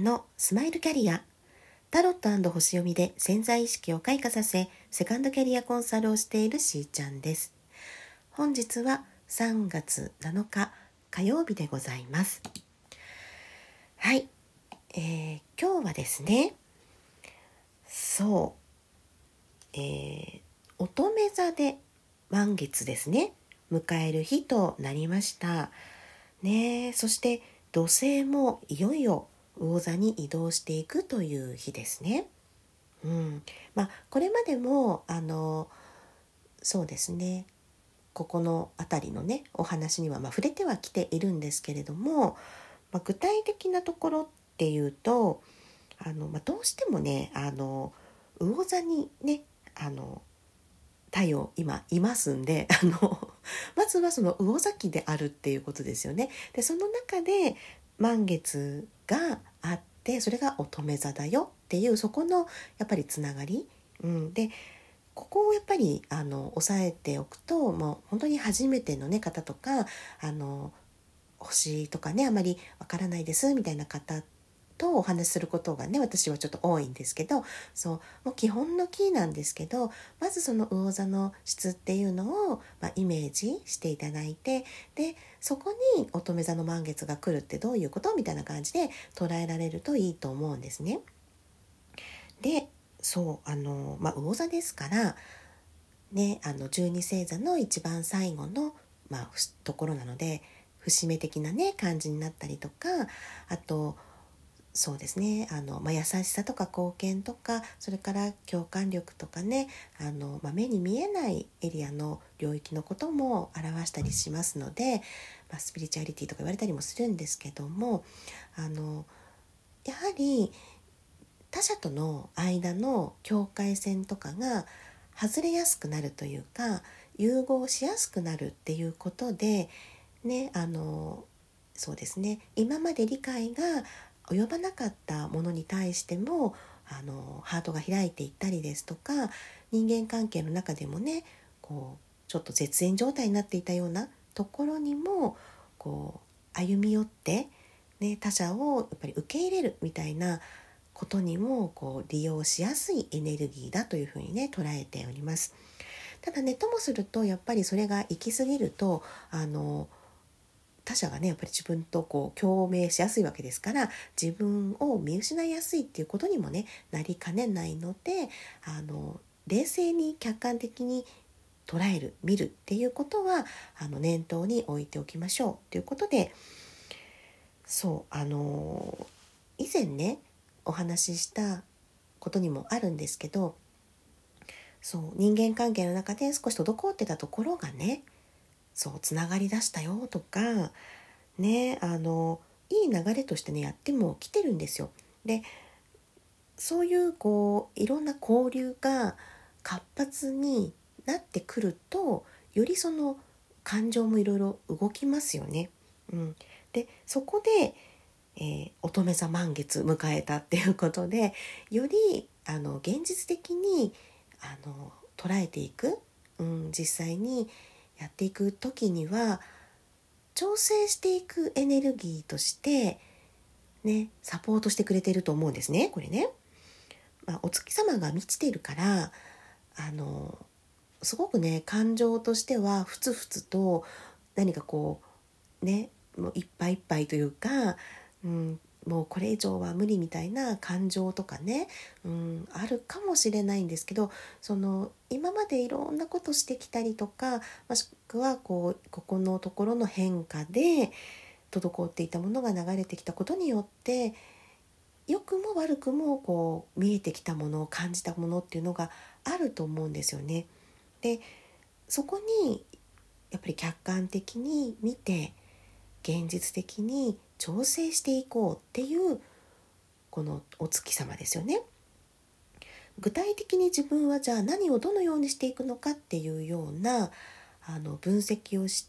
のスマイルキャリア、タロット&星読みで潜在意識を開花させ、セカンドキャリアコンサルをしているしーちゃんです。本日は3月7日火曜日でございます。はい、今日はですね、乙女座で満月ですね、迎える日となりましたね。そして土星もいよいよ魚座に移動していくという日ですね。これまでもそうですね、ここのあたりのねお話には触れてはきているんですけれども、具体的なところっていうとどうしてもね魚座にね太陽今いますんでまずはその魚座期であるっていうことですよね。でその中で満月があって、それが乙女座だよっていうそこのやっぱりつながり、でここをやっぱり押さえておくと、もう本当に初めての、ね、方とか星とかねあまりわからないですみたいな方とお話しすることがね、私はちょっと多いんですけど、もう基本のキーなんですけど、まずその魚座の質っていうのを、イメージしていただいて、でそこに乙女座の満月が来るってどういうことみたいな感じで捉えられるといいと思うんですね。で魚座ですからね、十二星座の一番最後の、ところなので節目的なね感じになったりとか、あとそうですね優しさとか貢献とか、それから共感力とかね目に見えないエリアの領域のことも表したりしますので、スピリチュアリティとか言われたりもするんですけども、やはり他者との間の境界線とかが外れやすくなるというか、融合しやすくなるっていうことでね、そうですね、今まで理解が及ばなかったものに対してもハートが開いていったりですとか、人間関係の中でもねちょっと絶縁状態になっていたようなところにも歩み寄って、他者をやっぱり受け入れるみたいなことにも利用しやすいエネルギーだというふうにね捉えております。ただね、ともするとやっぱりそれが行き過ぎると他者がねやっぱり自分と共鳴しやすいわけですから、自分を見失いやすいっていうことにもねなりかねないので、冷静に客観的に捉える見るっていうことは念頭に置いておきましょうということで、以前ねお話ししたことにもあるんですけど、人間関係の中で少し滞ってたところがねつながりだしたよとかね、いい流れとしてねやっても来てるんですよ。でそういういろんな交流が活発になってくると、よりその感情もいろいろ動きますよね。でそこで乙女座満月迎えたっていうことで、より現実的に捉えていく、実際にやっていく時には調整していくエネルギーとしてねサポートしてくれていると思うんですね、これね。お月様が満ちているからすごくね感情としてはふつふつと何かもういっぱいいっぱいというか、もうこれ以上は無理みたいな感情とかね、あるかもしれないんですけど、今までいろんなことしてきたりとか、もしくはここのところの変化で滞っていたものが流れてきたことによって良くも悪くも見えてきたものを感じたものっていうのがあると思うんですよね。でそこにやっぱり客観的に見て現実的に調整していこうっていうこのお月様ですよね。具体的に自分はじゃあ何をどのようにしていくのかっていうような分析をして、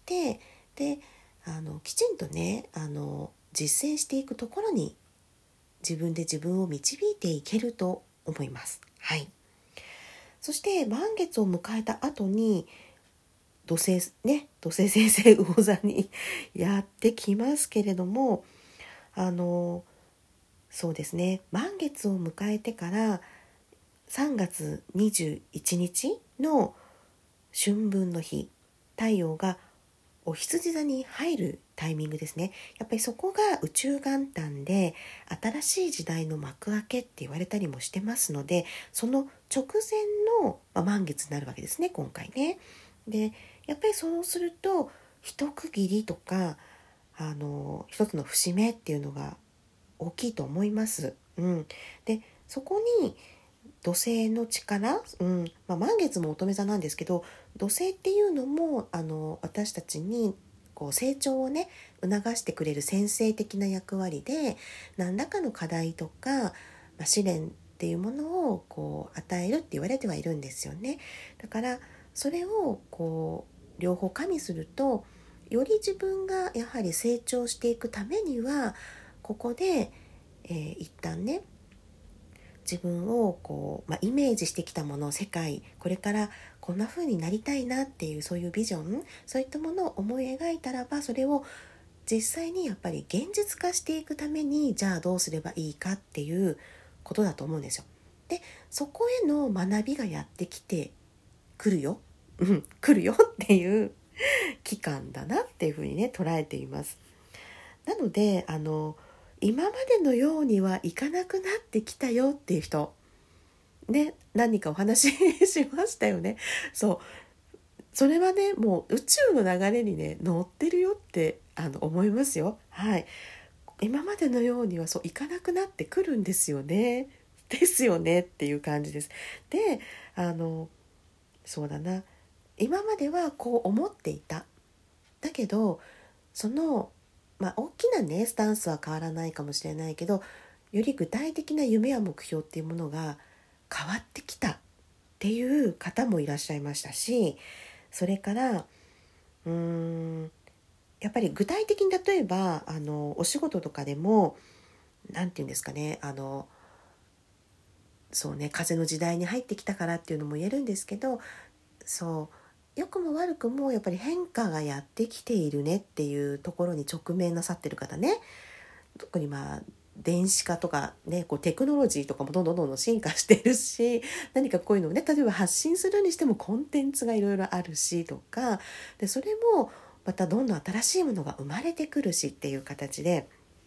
できちんとね実践していくところに自分で自分を導いていけると思います。はい。そして満月を迎えた後に土星先生魚座にやってきますけれども、 そうですね、満月を迎えてから3月21日の春分の日、太陽がお羊座に入るタイミングですね。やっぱりそこが宇宙元旦で新しい時代の幕開けって言われたりもしてますので、その直前の、満月になるわけですね、今回ね。でやっぱりそうすると一区切りとか一つの節目っていうのが大きいと思います。でそこに土星の力、満月も乙女座なんですけど、土星っていうのも私たちにこう成長をね促してくれる先生的な役割で、何らかの課題とか、試練っていうものをこう与えるって言われてはいるんですよね。だからそれをこう両方加味すると、より自分がやはり成長していくためにはここで、一旦ね自分をこう、イメージしてきたもの、世界、これからこんな風になりたいなっていうそういうビジョン、そういったものを思い描いたらば、それを実際にやっぱり現実化していくために、じゃあどうすればいいかっていうことだと思うんですよ。でそこへの学びがやってきてくるよ、来るよっていう期間だなっていう風にね捉えています。なので今までのようにはいかなくなってきたよっていう人ね、何かお話ししましたよね。それはねもう宇宙の流れにね乗ってるよって思いますよ。はい。今までのようにはそういかなくなってくるんですよね。ですよねっていう感じです。でそうだな、今まではこう思っていた。だけどその大きなねスタンスは変わらないかもしれないけど、より具体的な夢や目標っていうものが変わってきたっていう方もいらっしゃいましたし、それからやっぱり具体的に例えばお仕事とかでもなんていうんですかね、そうね、風の時代に入ってきたからっていうのも言えるんですけど、良くも悪くもやっぱり変化がやってきているねっていうところに直面なさってる方ね、特に電子化とかね、こうテクノロジーとかもどんどん進化してるし、何かこういうのをね例えば発信するにしてもコンテンツがいろいろあるしとかで、それもまたどんどん新しいものが生まれてくるしっていう形で、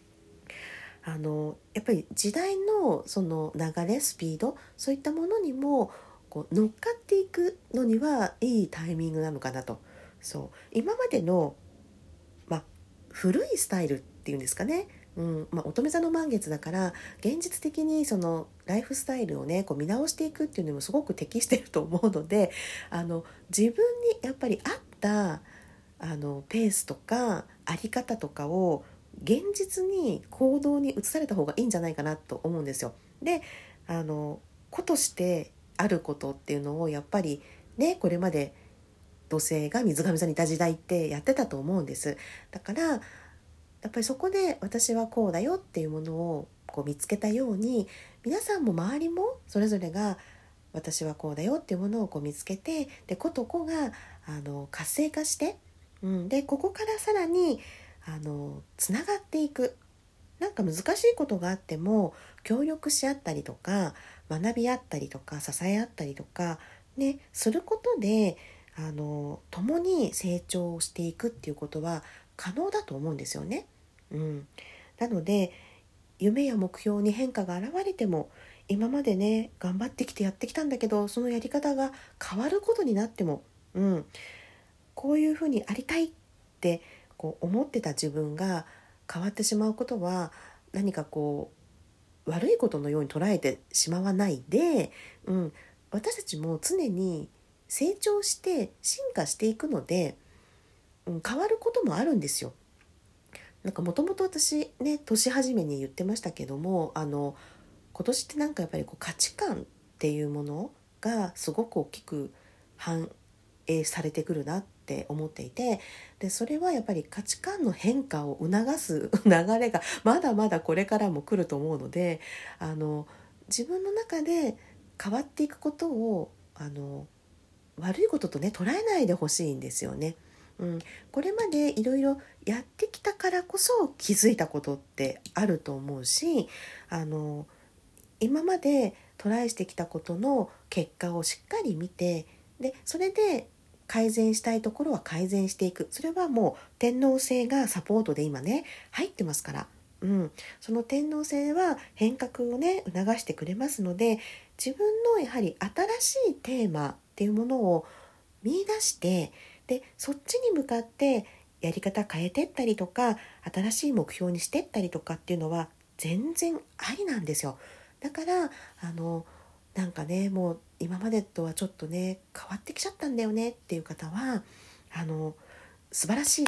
やっぱり時代のその流れ、スピード、そういったものにもこう乗っかっていくのにはいいタイミングなのかなと。今までの、古いスタイルっていうんですかね、乙女座の満月だから現実的にそのライフスタイルをねこう見直していくっていうのもすごく適してると思うので、自分にやっぱり合ったペースとかあり方とかを現実に行動に移された方がいいんじゃないかなと思うんですよ。で子としてあることっていうのをやっぱりね、これまで土星が水上座にいた時代ってやってたと思うんです。だからやっぱりそこで私はこうだよっていうものをこう見つけたように、皆さんも周りもそれぞれが私はこうだよっていうものをこう見つけて、で子と子が活性化して、でここからさらにつながっていく。なんか難しいことがあっても協力し合ったりとか学び合ったりとか支え合ったりとかねすることで共に成長していくっていうことは可能だと思うんですよね。なので夢や目標に変化が現れても、今までね頑張ってきてやってきたんだけどそのやり方が変わることになっても、こういうふうにありたいってこう思ってた自分が変わってしまうことは何かこう悪いことのように捉えてしまわないで、私たちも常に成長して進化していくので、変わることもあるんですよ。なんかもともと私ね年始めに言ってましたけども、今年ってなんかやっぱりこう価値観っていうものがすごく大きく反映されてくるなって思っていて、でそれはやっぱり価値観の変化を促す流れがまだまだこれからも来ると思うので、自分の中で変わっていくことを悪いこととね捉えないでほしいんですよね。 これまでいろいろやってきたからこそ気づいたことってあると思うし、今までトライしてきたことの結果をしっかり見て、でそれで改善したいところは改善していく。それはもう天能星がサポートで今ね入ってますから、その天王星は変革をね促してくれますので、自分のやはり新しいテーマっていうものを見出して、でそっちに向かってやり方変えてったりとか、新しい目標にしてったりとかっていうのは全然ありなんですよ。だからなんかね、もう今までとはちょっとね変わってきちゃったんだよねっていう方は素晴らしい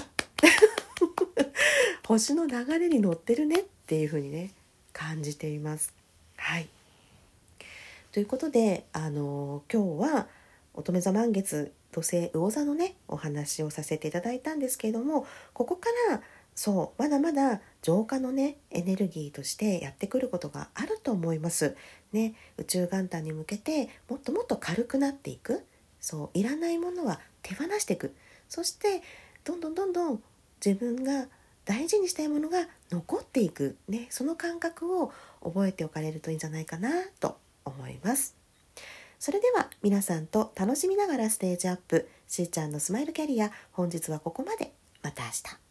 星の流れに乗ってるねっていう風にね感じています。はい。ということで今日は乙女座満月土星魚座のねお話をさせていただいたんですけれども、ここからまだまだ浄化のねエネルギーとしてやってくることがあると思いますね。宇宙元旦に向けてもっともっと軽くなっていく、いらないものは手放していく、そしてどんどん自分が大事にしたいものが残っていくね、その感覚を覚えておかれるといいんじゃないかなと思います。それでは皆さんと楽しみながらステージアップ、しーちゃんのスマイルキャリア、本日はここまで。また明日。